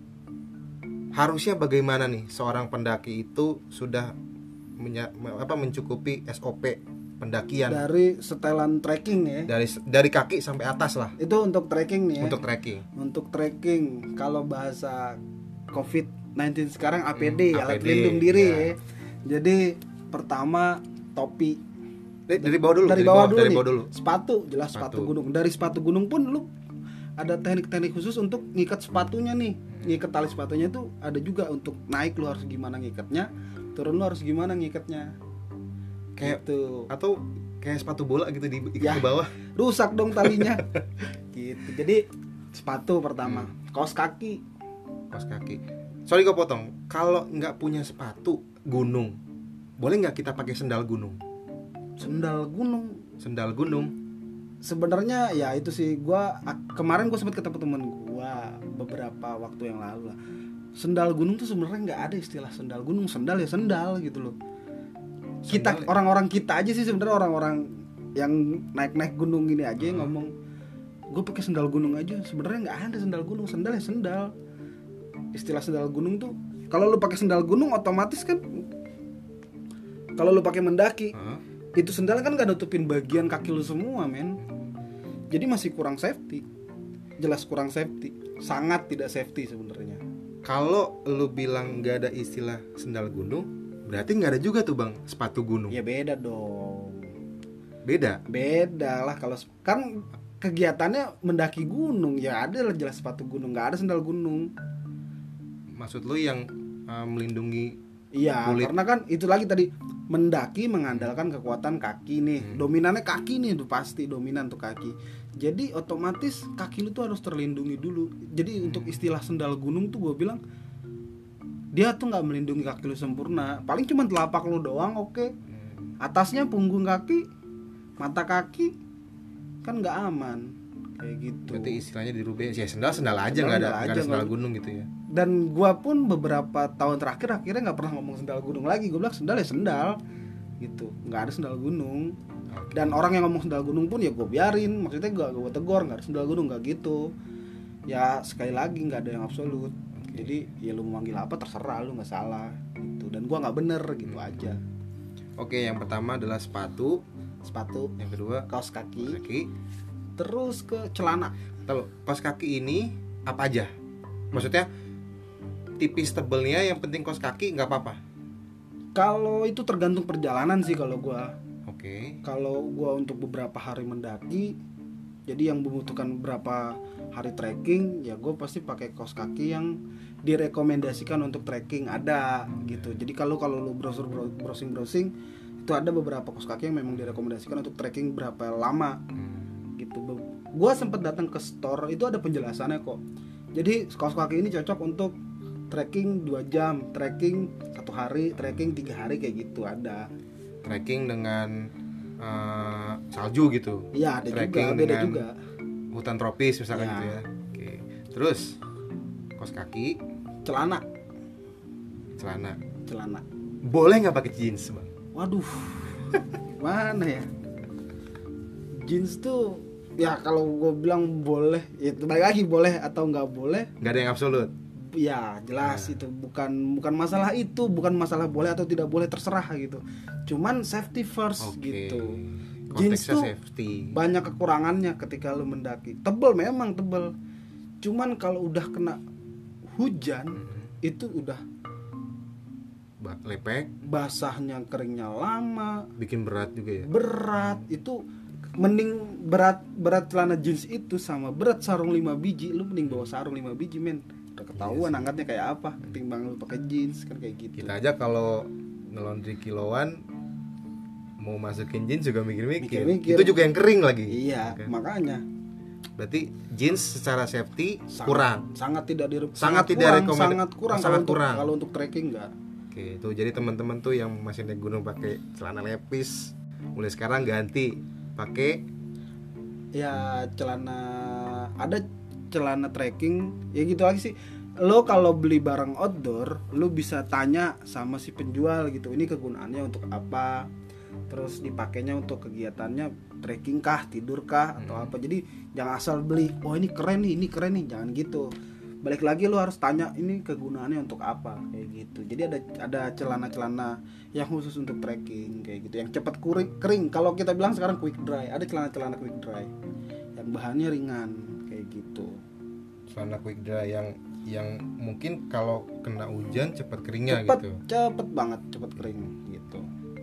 harusnya bagaimana nih seorang pendaki itu sudah menya, apa mencukupi S O P pendakian dari setelan trekking ya. Dari dari kaki sampai atas lah. Itu untuk trekking nih ya. Untuk trekking. Untuk trekking kalau bahasa covid sembilan belas sekarang A P D, hmm, alat pelindung diri ya. ya. Jadi pertama topi. Dari, dari bawah dulu. Dari bawah, dari bawah, dulu, dari nih. bawah dulu. Sepatu, jelas sepatu. sepatu gunung. Dari sepatu gunung pun lu ada teknik-teknik khusus untuk ngikat sepatunya nih. Ngikat tali sepatunya tuh ada juga untuk naik lu harus gimana ngikatnya, turun lu harus gimana ngikatnya. Kayak gitu. Atau kayak sepatu bola gitu di ya, ke bawah. Rusak dong talinya. Gitu. Jadi sepatu pertama, hmm. kaos kaki. Kaos kaki. Sorry gue potong. Kalau nggak punya sepatu gunung, boleh nggak kita pakai sendal gunung? Sendal gunung. Sendal gunung. Sebenarnya ya itu sih, gua kemarin gue sempat ketemu temen gua beberapa waktu yang lalu lah. Sendal gunung tuh sebenarnya nggak ada istilah sendal gunung. Sendal ya sendal gitu loh. Kita sendal, orang-orang kita aja sih sebenarnya, orang-orang yang naik-naik gunung gini aja uh-huh. ngomong gue pakai sendal gunung aja. Sebenarnya nggak ada sendal gunung. Sendal ya sendal. Istilah sendal gunung tuh kalau lu pakai sendal gunung otomatis kan kalau lu pakai mendaki uh-huh. itu sendal kan gak nutupin bagian kaki lu semua, men. Jadi masih kurang safety. Jelas kurang safety. Sangat tidak safety sebenarnya. Kalau lu bilang gak ada istilah sendal gunung, berarti gak ada juga tuh, Bang, sepatu gunung. Ya beda dong. Beda? Beda lah. Kalau kan kegiatannya mendaki gunung, ya ada lah jelas sepatu gunung. Gak ada sendal gunung. Maksud lu yang uh, melindungi iya, kulit. Karena kan itu lagi tadi, mendaki mengandalkan kekuatan kaki nih. Hmm. Dominannya kaki nih, itu pasti dominan tuh kaki. Jadi otomatis kaki lu tuh harus terlindungi dulu. Jadi hmm. untuk istilah sendal gunung tuh gue bilang dia tuh nggak melindungi kaki lu sempurna. Paling cuma telapak lu doang, oke. Atasnya punggung kaki, mata kaki kan nggak aman kayak gitu. Berarti istilahnya dirubah ya sendal sendal aja, nggak ada nggak ada sendal gunung gitu ya. Dan gua pun beberapa tahun terakhir akhirnya nggak pernah ngomong sendal gunung lagi. Gue bilang sendal ya sendal gitu, nggak ada sendal gunung. Okay. Dan orang yang ngomong sendal gunung pun ya gue biarin, maksudnya gak gue tegur, nggak ada sendal gunung, nggak gitu. Ya sekali lagi nggak ada yang absolut. Okay. Jadi ya lu mau manggil apa terserah, lu nggak salah gitu. Dan gua nggak bener gitu hmm. aja. Oke, okay, yang pertama adalah sepatu, sepatu. Yang kedua kaos kaki. Kaos kaki. Terus ke celana. Kalau kaos kaki ini apa aja? Maksudnya tipis tebelnya, yang penting kaos kaki nggak apa-apa. Kalau itu tergantung perjalanan sih kalau gua. Oke. Okay. Kalau gua untuk beberapa hari mendaki, jadi yang membutuhkan beberapa hari trekking, ya gua pasti pakai kaos kaki yang direkomendasikan untuk trekking ada gitu. Jadi kalau kalau lu browser browsing browsing itu ada beberapa kaos kaki yang memang direkomendasikan untuk trekking berapa lama gitu. Gua sempat datang ke store, itu ada penjelasannya kok. Jadi kaos kaki ini cocok untuk trekking dua jam, trekking satu hari, trekking tiga hari kayak gitu ada. Trekking dengan uh, salju gitu. Iya, ada trekking juga, beda juga. Hutan tropis misalkan ya. gitu ya. Oke. Terus kaos kaki, celana. Celana. Celana. Boleh nggak pakai jeans, Bang? Waduh. Mana ya? Jeans tuh ya kalau gue bilang boleh, ya balik lagi boleh atau nggak boleh. Nggak ada yang absolut. Ya jelas nah. Itu bukan bukan masalah itu, bukan masalah boleh atau tidak boleh, terserah gitu. Cuman safety first okay. gitu. Jeans tuh safety. Banyak kekurangannya ketika lu mendaki. Tebel memang tebel. Cuman kalau udah kena hujan hmm. itu udah lepek, basahnya keringnya lama, bikin berat juga ya. Berat itu mending berat berat celana jeans itu sama berat sarung lima biji, lu mending bawa sarung lima biji men. Udah ketahuan yes. angkatnya kayak apa ketimbang lu pakai jeans kan kayak gitu. Kita aja kalau ngelondri kiloan mau masukin jeans juga mikir-mikir. Mikir-mikir. Itu juga yang kering lagi. Iya, kan? Makanya. Berarti jeans secara safety sangat, kurang. Sangat tidak di sangat, sangat tidak rekomendasi. Sangat kurang sangat kalau kurang. Untuk, kalau untuk trekking enggak. Oke, itu jadi teman-teman tuh yang masih naik gunung pakai celana lepis, mulai sekarang ganti pakai ya celana, ada celana trekking ya gitu lagi sih. Lo kalau beli barang outdoor, lo bisa tanya sama si penjual gitu, ini kegunaannya untuk apa, terus dipakainya untuk kegiatannya trekking kah, tidur kah, atau hmm. apa. Jadi jangan asal beli, oh ini keren nih, ini keren nih, jangan gitu. Balik lagi lo harus tanya ini kegunaannya untuk apa kayak gitu. Jadi ada ada celana-celana yang khusus untuk trekking kayak gitu, yang cepat kering. kering. Kalau kita bilang sekarang quick dry, ada celana-celana quick dry yang bahannya ringan kayak gitu. Celana quick dry yang yang mungkin kalau kena hujan cepat keringnya cepet, gitu. Cepet banget, cepet kering gitu.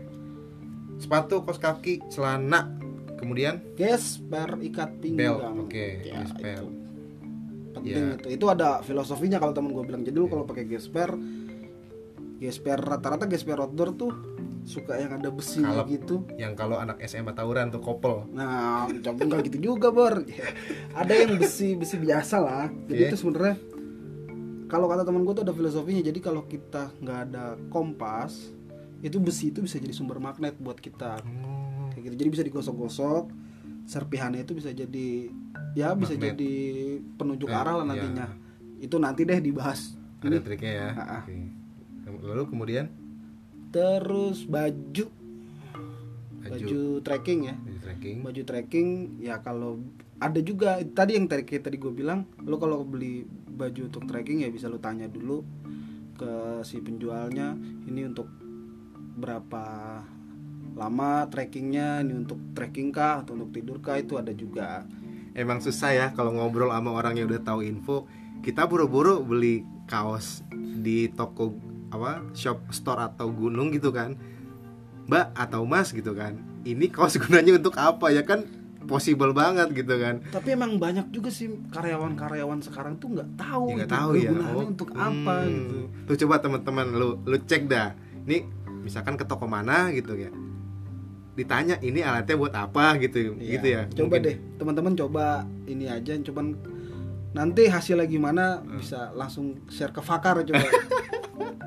Sepatu, kaos kaki, celana, kemudian gesper ikat pinggang. Belt, oke, okay. Ya, gesper. Itu. Penting yeah. itu. Itu ada filosofinya kalau temen gue bilang. Jadi lu kalau pakai gesper, gesper rata-rata gesper outdoor tuh suka yang ada besinya Kalep, gitu. Yang kalau anak S M A tawuran tuh kopel. Nah, coba enggak gitu juga, Bor. Ada yang besi besi biasa lah. Jadi okay. itu sebenarnya kalau kata temen gue tuh ada filosofinya. Jadi kalau kita nggak ada kompas, itu besi itu bisa jadi sumber magnet buat kita. Hmm. Kayak gitu. Jadi bisa digosok-gosok, serpihannya itu bisa jadi ya magnet. Bisa jadi penunjuk eh, arah lah nantinya. Ya. Itu nanti deh dibahas. Ada ini. Triknya ya. Okay. Lalu kemudian terus baju baju, baju trekking ya. Baju trekking. Baju trekking ya kalau ada juga tadi yang tadi tadi gue bilang, lo kalau beli baju untuk trekking ya bisa lo tanya dulu ke si penjualnya, ini untuk berapa lama trekkingnya, ini untuk trekking kah atau untuk tidur kah, itu ada juga. Emang susah ya kalau ngobrol sama orang yang udah tahu info. Kita buru-buru beli kaos di toko apa shop store atau gunung gitu kan, Mbak atau Mas gitu kan, ini kaos gunanya untuk apa ya kan, possible banget gitu kan. Tapi emang banyak juga sih karyawan-karyawan sekarang tuh nggak tahu, ya, gitu, tahu ya gunanya oh, untuk hmm. apa gitu. Tuh coba teman-teman lu lu cek dah, nih misalkan ke toko mana gitu ya, ditanya ini alatnya buat apa gitu ya, gitu ya. Coba mungkin. deh teman-teman coba ini aja, coba nanti hasilnya gimana hmm. bisa langsung share ke Fakar coba.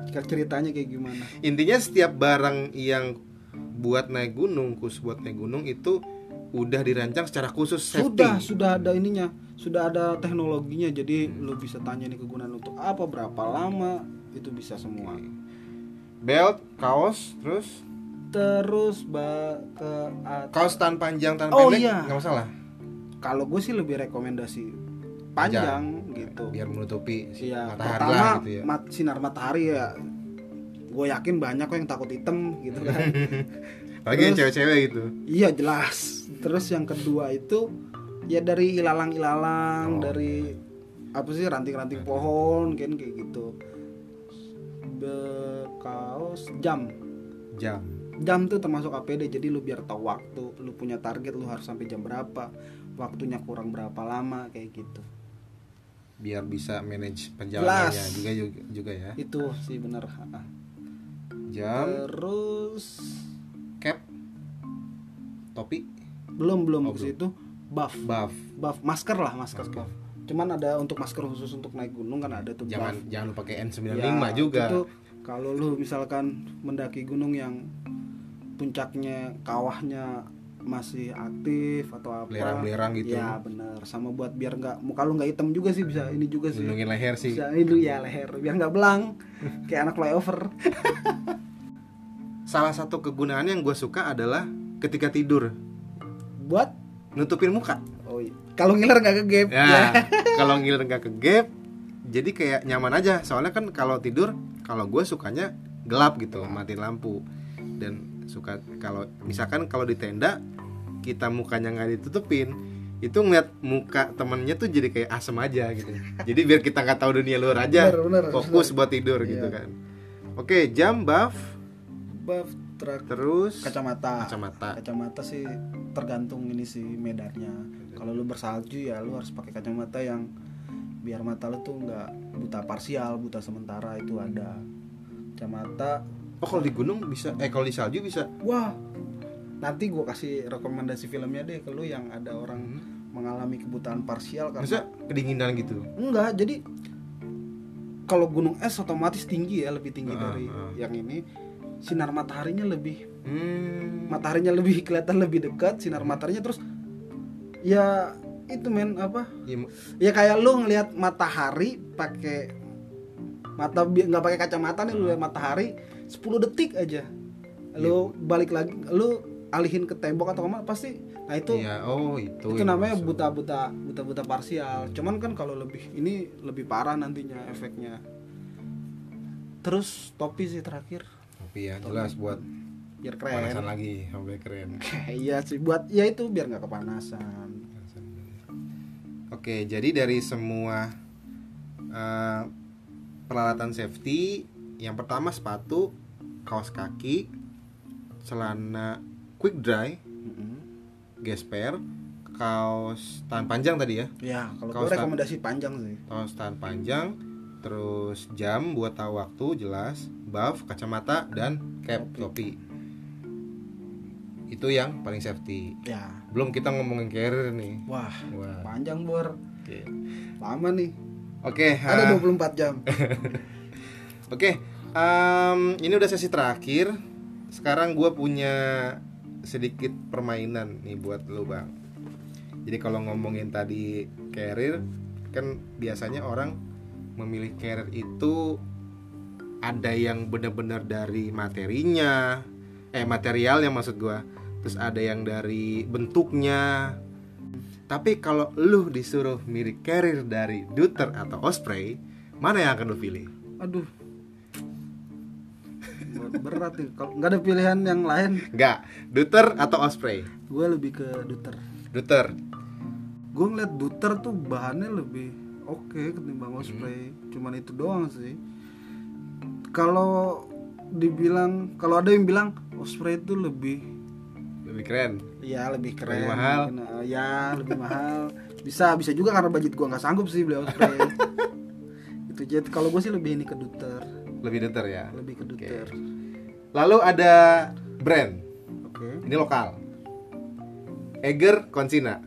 ceritanya kayak gimana. Intinya setiap barang yang buat naik gunung, khusus buat naik gunung itu udah dirancang secara khusus safety. Sudah, sudah ada ininya, sudah ada teknologinya. Jadi lu bisa tanya nih kegunaan untuk apa, berapa lama, itu bisa semua. Belt, kaos, terus Terus ba ke at- kaos tan panjang tan Oh, pendek iya. nggak masalah. kalau gue sih lebih rekomendasi panjang gitu. Biar menutupi si Iya, matahari pertama lah gitu ya. mat, sinar matahari ya. Gue yakin banyak kok yang takut hitam gitu kan. Apalagi yang Terus- cewek-cewek gitu. Iya jelas. Terus yang kedua itu ya dari ilalang-ilalang, Oh. dari apa sih ranting-ranting pohon kan kayak gitu. Be kaos jam. Jam. Jam tuh termasuk A P D, jadi lu biar tahu waktu, lu punya target lu harus sampai jam berapa, waktunya kurang berapa lama kayak gitu. Biar bisa manage perjalanannya Jelas. juga juga, juga ya. Itu sih bener. Ah. Jam, Terus cap, topi, belum belum Oh, ke situ buff. buff. Buff masker lah, masker buff. Cuman ada untuk masker khusus untuk naik gunung kan ada tuh Jangan buff. jangan lupa pakai N Ya, sembilan puluh lima juga. itu kalau lu misalkan mendaki gunung yang puncaknya kawahnya masih aktif atau apa, Belerang-belerang gitu. ya bener, sama buat biar nggak muka lu nggak hitam juga sih, bisa ini juga sih, Lindungin leher sih. bisa ini ya leher biar nggak belang kayak anak flyover. Salah satu kegunaan yang gue suka adalah ketika tidur Buat nutupin muka. oh iya. Kalau ngiler nggak ke gap Ya, kalau ngiler nggak ke gap, jadi kayak nyaman aja. Soalnya kan kalau tidur, kalau gue sukanya gelap gitu, matiin lampu. Dan suka kalau misalkan kalau di tenda kita mukanya nggak ditutupin, itu ngeliat muka temennya tuh jadi kayak asem aja gitu. Jadi biar kita nggak tahu dunia luar aja, Bener, bener, fokus bener. buat tidur Iya. gitu kan. Oke, jam, buff, buff trak terus kacamata. kacamata. Kacamata sih tergantung ini sih medannya. Kalau lu bersalju ya lu harus pakai kacamata yang biar mata lu tuh nggak buta parsial, buta sementara, itu ada kacamata. Oh, kalau di gunung bisa, eh kalau di salju bisa. Wah, nanti gua kasih rekomendasi filmnya deh ke lu yang ada orang mengalami kebutaan parsial karena Masa kedinginan gitu? enggak, jadi kalau gunung es otomatis tinggi ya, lebih tinggi Ah, dari ah. yang ini. Sinar mataharinya lebih Hmm. mataharinya lebih kelihatan lebih dekat sinar mataharinya, terus ya itu men apa Ya, ya kayak lu ngelihat matahari pakai mata bi- nggak pakai kacamata nih, lu lihat matahari sepuluh detik aja, lu balik lagi, lu alihin ke tembok atau kemana pasti, nah itu iya, oh itu. itu yang namanya maksud. buta-buta buta-buta parsial. Cuman kan kalau lebih ini lebih parah nantinya efeknya. Terus topi sih terakhir, Tapi ya jelas buat biar panasan keren. lagi, sampai keren. Iya sih, buat ya itu biar nggak kepanasan. Oke, jadi dari semua eh, peralatan safety, yang pertama sepatu, kaos kaki, celana quick dry, Mm-mm. gesper, kaos tahan panjang tadi ya, Ya, kalau Kaos gue tan- rekomendasi panjang sih. kaos tahan panjang, terus jam buat tahu waktu jelas, buff, kacamata dan cap topi. Itu yang paling safety. Ya, Belum kita ngomongin carrier nih. wah, Wah. panjang bor. Oke. Lama nih. Oke, Ada ah, dua puluh empat jam. Oke, em, ini udah sesi terakhir. Sekarang gue punya sedikit permainan nih buat lo bang. Jadi kalau ngomongin tadi carrier, kan biasanya orang memilih carrier itu ada yang benar-benar dari materinya, eh materialnya maksud gue. Terus ada yang dari bentuknya. Tapi kalau lu disuruh milih carrier dari Dutter atau Osprey, mana yang akan lu pilih? Aduh. Berat nih. Kalau nggak ada pilihan yang lain, Enggak, Dutter atau Osprey? gue lebih ke Dutter. Dutter. Gue ngeliat Dutter tuh bahannya lebih oke ketimbang Osprey. Cuman itu doang sih. Kalau dibilang, kalau ada yang bilang Osprey itu lebih, Lebih keren. ya lebih keren, Lebih mahal. mungkin, uh, ya lebih mahal. Bisa, bisa juga karena budget gue nggak sanggup sih beli Osprey. Itu jadi kalau gue sih lebih ini ke Dutter, Lebih Dutter ya. lebih ke Dutter. Lalu ada brand. Oke. Ini lokal. Eger Consina.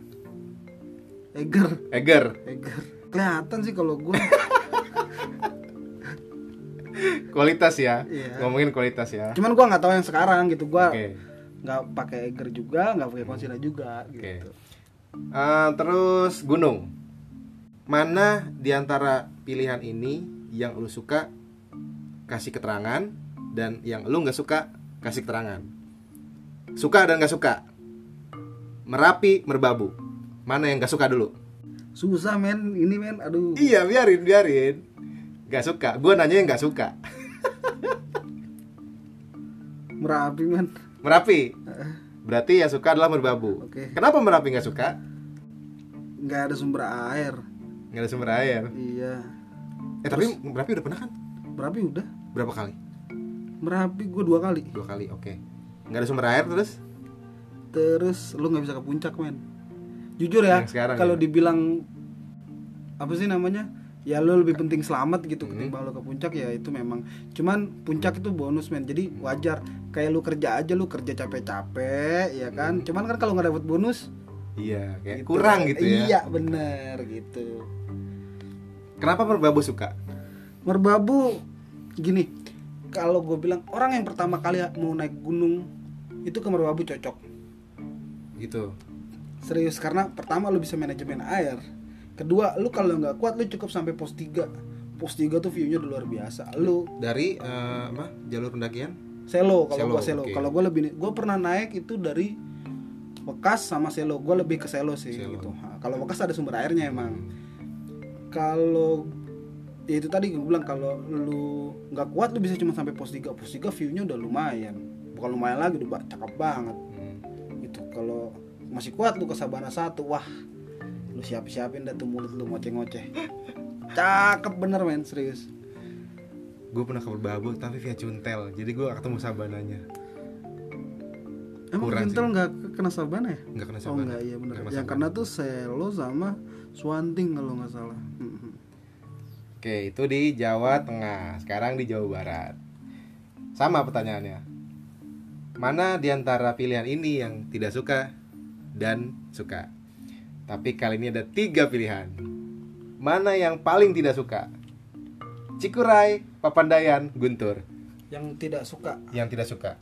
Eger, Eger. Eger. Kelihatan sih kalau gue. Kualitas ya. Iya. Ngomongin kualitas ya. Cuman gua nggak tahu yang sekarang gitu. Gua Oke. nggak pakai Eiger juga, nggak pakai concealer juga Oke. gitu. Eh, terus gunung. Mana diantara pilihan ini yang lu suka kasih keterangan dan yang lu nggak suka kasih keterangan? Suka dan nggak suka. Merapi, Merbabu. Mana yang nggak suka dulu? Susah men, ini men, aduh. Iya, biarin, biarin. Nggak suka. Gue nanya yang nggak suka. Merapi men. Merapi. Berarti yang suka adalah Merbabu. Oke. Kenapa Merapi nggak suka? Nggak ada sumber air. Nggak ada sumber air. Iya. Eh tapi Merapi udah pernah kan? Merapi udah. Berapa kali? Merapi gue dua kali. Dua kali, oke. Nggak ada sumber air terus? Terus lu nggak bisa ke puncak men. Jujur ya, Yang sekarang kalau ya? dibilang apa sih namanya? Ya lu lebih penting selamat gitu Hmm. ketimbang lu ke puncak, ya itu memang. Cuman puncak itu bonus men. Jadi wajar. Kayak lu kerja aja, lu kerja capek-capek ya kan. Cuman kan kalau nggak dapet bonus Iya, kayak gitu. kurang gitu ya. Iya bener gitu. Kenapa Merbabu suka? Merbabu gini, kalau gue bilang orang yang pertama kali mau naik gunung itu ke Merbabu cocok. Gitu. Serius, karena pertama lu bisa manajemen air. Kedua, lu kalau nggak kuat lu cukup sampai pos tiga. Pos tiga tuh view-nya udah luar biasa. Lu Dari eh, apa? Jalur pendakian? Selo, kalau Selo, gua Selo. oke. Kalau gua lebih gua pernah naik itu dari Bekas sama Selo. Gua lebih ke Selo sih Selo. gitu. Nah, kalau Bekas ada sumber airnya emang. Kalau ya itu tadi gue bilang, kalau lu nggak kuat lu bisa cuma sampai pos tiga. Pos tiga view-nya udah lumayan. Bukan lumayan lagi, udah ba- cakep banget. Hmm. Gitu. Kalau masih kuat lu ke Sabana satu, wah lu siap-siapin dah tuh mulut lu ngoceh-ngoceh. Cakep bener men, serius. Gue pernah ke Merbabu tapi via Cuntel. Jadi gue gak ketemu Sabananya. Emang Kurang Kintel sih. nggak kena Sabana ya? Nggak kena Oh Sabana. enggak, iya bener. Nggak kena Yang Sabana. kena tuh Selo sama Swanting kalau nggak salah. Hmm. Oke, itu di Jawa Tengah. Sekarang di Jawa Barat. Sama pertanyaannya. Mana diantara pilihan ini yang tidak suka dan suka? Tapi kali ini ada tiga pilihan. Mana yang paling tidak suka? Cikuray, Papandayan, Guntur. Yang tidak suka, Yang tidak suka.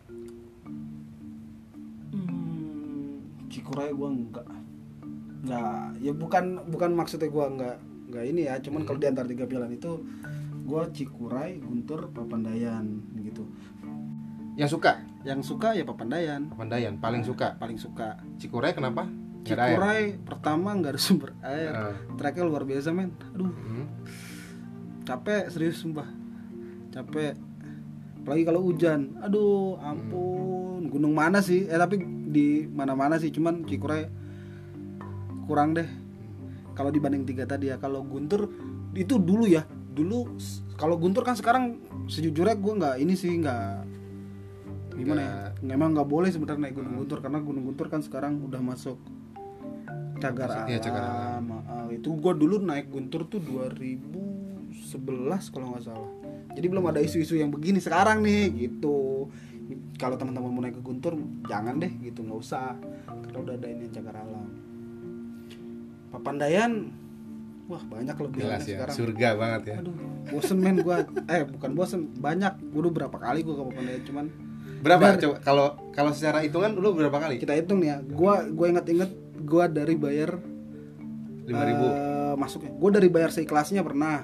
hmm, Cikuray gua enggak. Enggak, ya bukan bukan maksudnya gua enggak enggak ini ya, cuman kalau di antara tiga pilihan itu gua Cikuray, Guntur, Papandayan gitu. Yang suka? Yang suka ya Papandayan. Papandayan paling suka. Paling suka. Cikuray kenapa? Nggak ada air. Cikuray pertama nggak ada sumber air. Ah. Treknya luar biasa men. Aduh, Hmm. capek serius sumpah. Capek. Apalagi kalau hujan. Aduh, ampun. Gunung mana sih? Eh tapi di mana-mana sih, cuman Cikuray kurang deh. Kalau dibanding tiga tadi ya. Kalau Guntur itu dulu ya. Dulu s- kalau Guntur kan sekarang sejujurnya gue nggak ini sih nggak gimana ya? Memang nggak boleh sebenarnya naik Gunung Guntur karena Gunung Guntur kan sekarang udah masuk cagar alam. Iya, cagar alam. Ah, itu gue dulu naik Guntur tuh dua ribu sebelas kalau nggak salah. Jadi belum ada isu-isu yang begini sekarang nih gitu. Kalau teman-teman mau naik ke Guntur jangan deh gitu, nggak usah karena udah ada ini cagar alam. Papandayan, wah banyak kelebihannya Jelas ya, sekarang. surga banget ya. Aduh, bosen men gua. Eh bukan bosen, banyak. Gua udah berapa kali gua ke Papandayan, cuman Berapa? Dari- Coba kalau kalau secara hitungan lu berapa kali? kita hitung nih ya. Gua gua inget-inget gua dari bayar lima ribu. eh, masuknya. Gua dari bayar seikhlasnya pernah.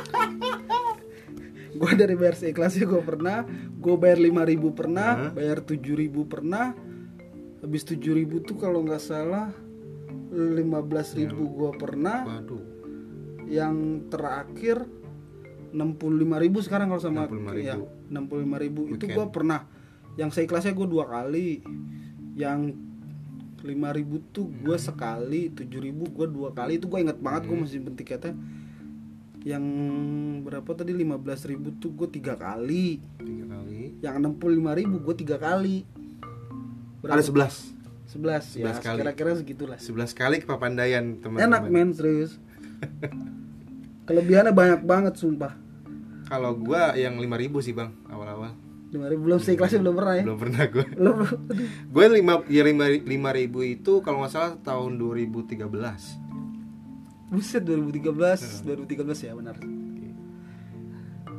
Gua dari bayar seikhlasnya gua pernah. Gua bayar lima ribu pernah, Hah? bayar tujuh ribu pernah. Habis tujuh ribu tuh kalau nggak salah lima belas ribu gua pernah. Waduh. Yang terakhir enam puluh lima ribu sekarang kalau sama enam puluh lima ribu. ya, enam puluh lima ribu itu Weekend. gua pernah. Yang seikhlasnya gue dua kali, yang lima ribu tuh gue sekali, tujuh ribu gue dua kali. Itu gue inget banget, gue masih simpen tiketnya. Yang berapa tadi, lima belas ribu tuh gue tiga kali. Tiga kali. Yang enam puluh lima ribu gue tiga kali. Ada sebelas. sebelas ya, sebelas kali. kira-kira segitulah. Sebelas kali ke Papandayan, teman-teman. Enak men, serius. Kelebihannya banyak banget sumpah. Kalau gua yang lima ribu sih, Bang, awal-awal. lima ribu belum seikhlasnya belum pernah ya. Belum pernah gua. Belum. Gue lima ya lima ribu itu kalau nggak salah tahun dua ribu tiga belas. Buset, dua ribu tiga belas, dua ribu tiga belas ya benar.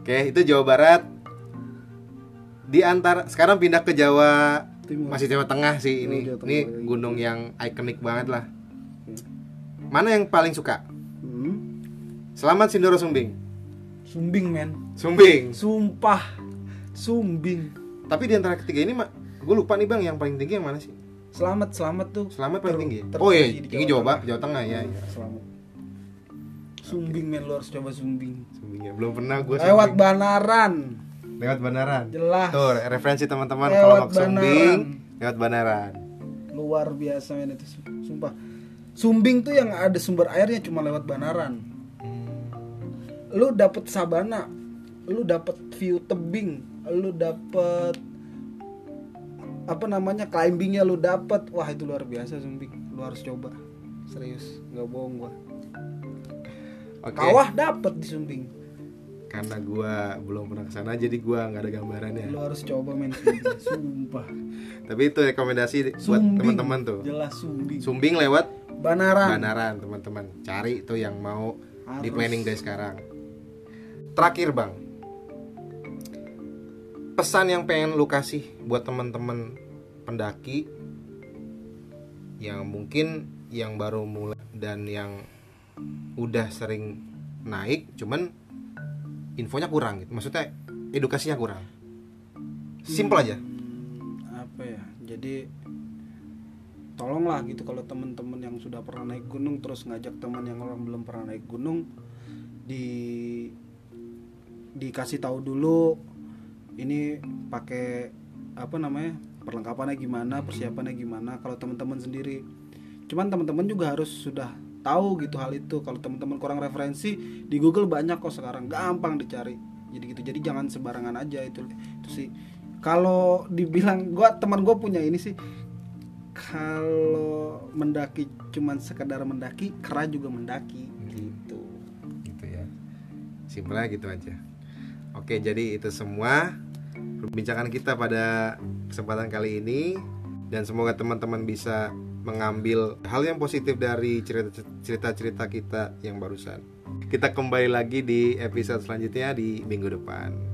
Oke, itu Jawa Barat. Di antara sekarang pindah ke Jawa Timur. masih Jawa Tengah sih ini. Oh, Jawa Ini Tengah. gunung yang ikonik banget lah. Mana yang paling suka? Hmm. Selamat Sindoro Sumbing. Sumbing men. Sumbing. Sumpah. Sumbing. Tapi di antara ketiga ini, gue lupa nih Bang, yang paling tinggi yang mana sih? Selamat, selamat tuh. Selamat paling ter- tinggi. ter- Oh iya, di tinggi Jawa Barat, Jawa Tengah ya. ya. Selamat. Sumbing men, lu harus coba Sumbing. Sumbingnya belum pernah gue. Lewat Banaran. Lewat Banaran. Jelas. Tuh referensi teman-teman Lewat kalau mau ke Sumbing, Banaran. lewat Banaran. Luar biasa men itu, sumpah. Sumbing tuh yang ada sumber airnya cuma lewat Banaran. Lu dapet sabana, lu dapet view tebing, lu dapet apa namanya climbingnya lu dapet. Wah itu luar biasa Sumbing, lu harus coba. Serius, nggak bohong gua. Oke. Kawah dapet di Sumbing. Karena gue belum pernah kesana, jadi gue nggak ada gambarannya. Lu harus coba men Sumbing, sumpah. Tapi itu rekomendasi buat Sumbing, teman-teman tuh. jelas Sumbing. Sumbing lewat Banaran. Banaran teman-teman. Cari tuh yang mau di Harus. planning dari sekarang. Terakhir Bang, pesan yang pengen lu kasih buat teman-teman pendaki yang mungkin yang baru mulai dan yang udah sering naik cuman infonya kurang gitu. Maksudnya edukasinya kurang. Simple aja. Hmm, apa ya? Jadi tolonglah gitu kalau teman-teman yang sudah pernah naik gunung terus ngajak teman yang orang belum pernah naik gunung, di dikasih tahu dulu ini pakai apa namanya, perlengkapannya gimana, persiapannya gimana. Kalau teman-teman sendiri, cuman teman-teman juga harus sudah tahu gitu hal itu. Kalau teman-teman kurang referensi, di Google banyak kok sekarang, gampang dicari. Jadi gitu. Jadi jangan sembarangan aja itu. Itu sih. Kalau dibilang gua, teman gua punya ini sih, kalau mendaki cuman sekedar mendaki, kera juga mendaki gitu. Gitu ya. Simpelnya gitu aja. Oke, jadi itu semua perbincangan kita pada kesempatan kali ini, dan semoga teman-teman bisa mengambil hal yang positif dari cerita-cerita kita yang barusan. Kita kembali lagi di episode selanjutnya di minggu depan.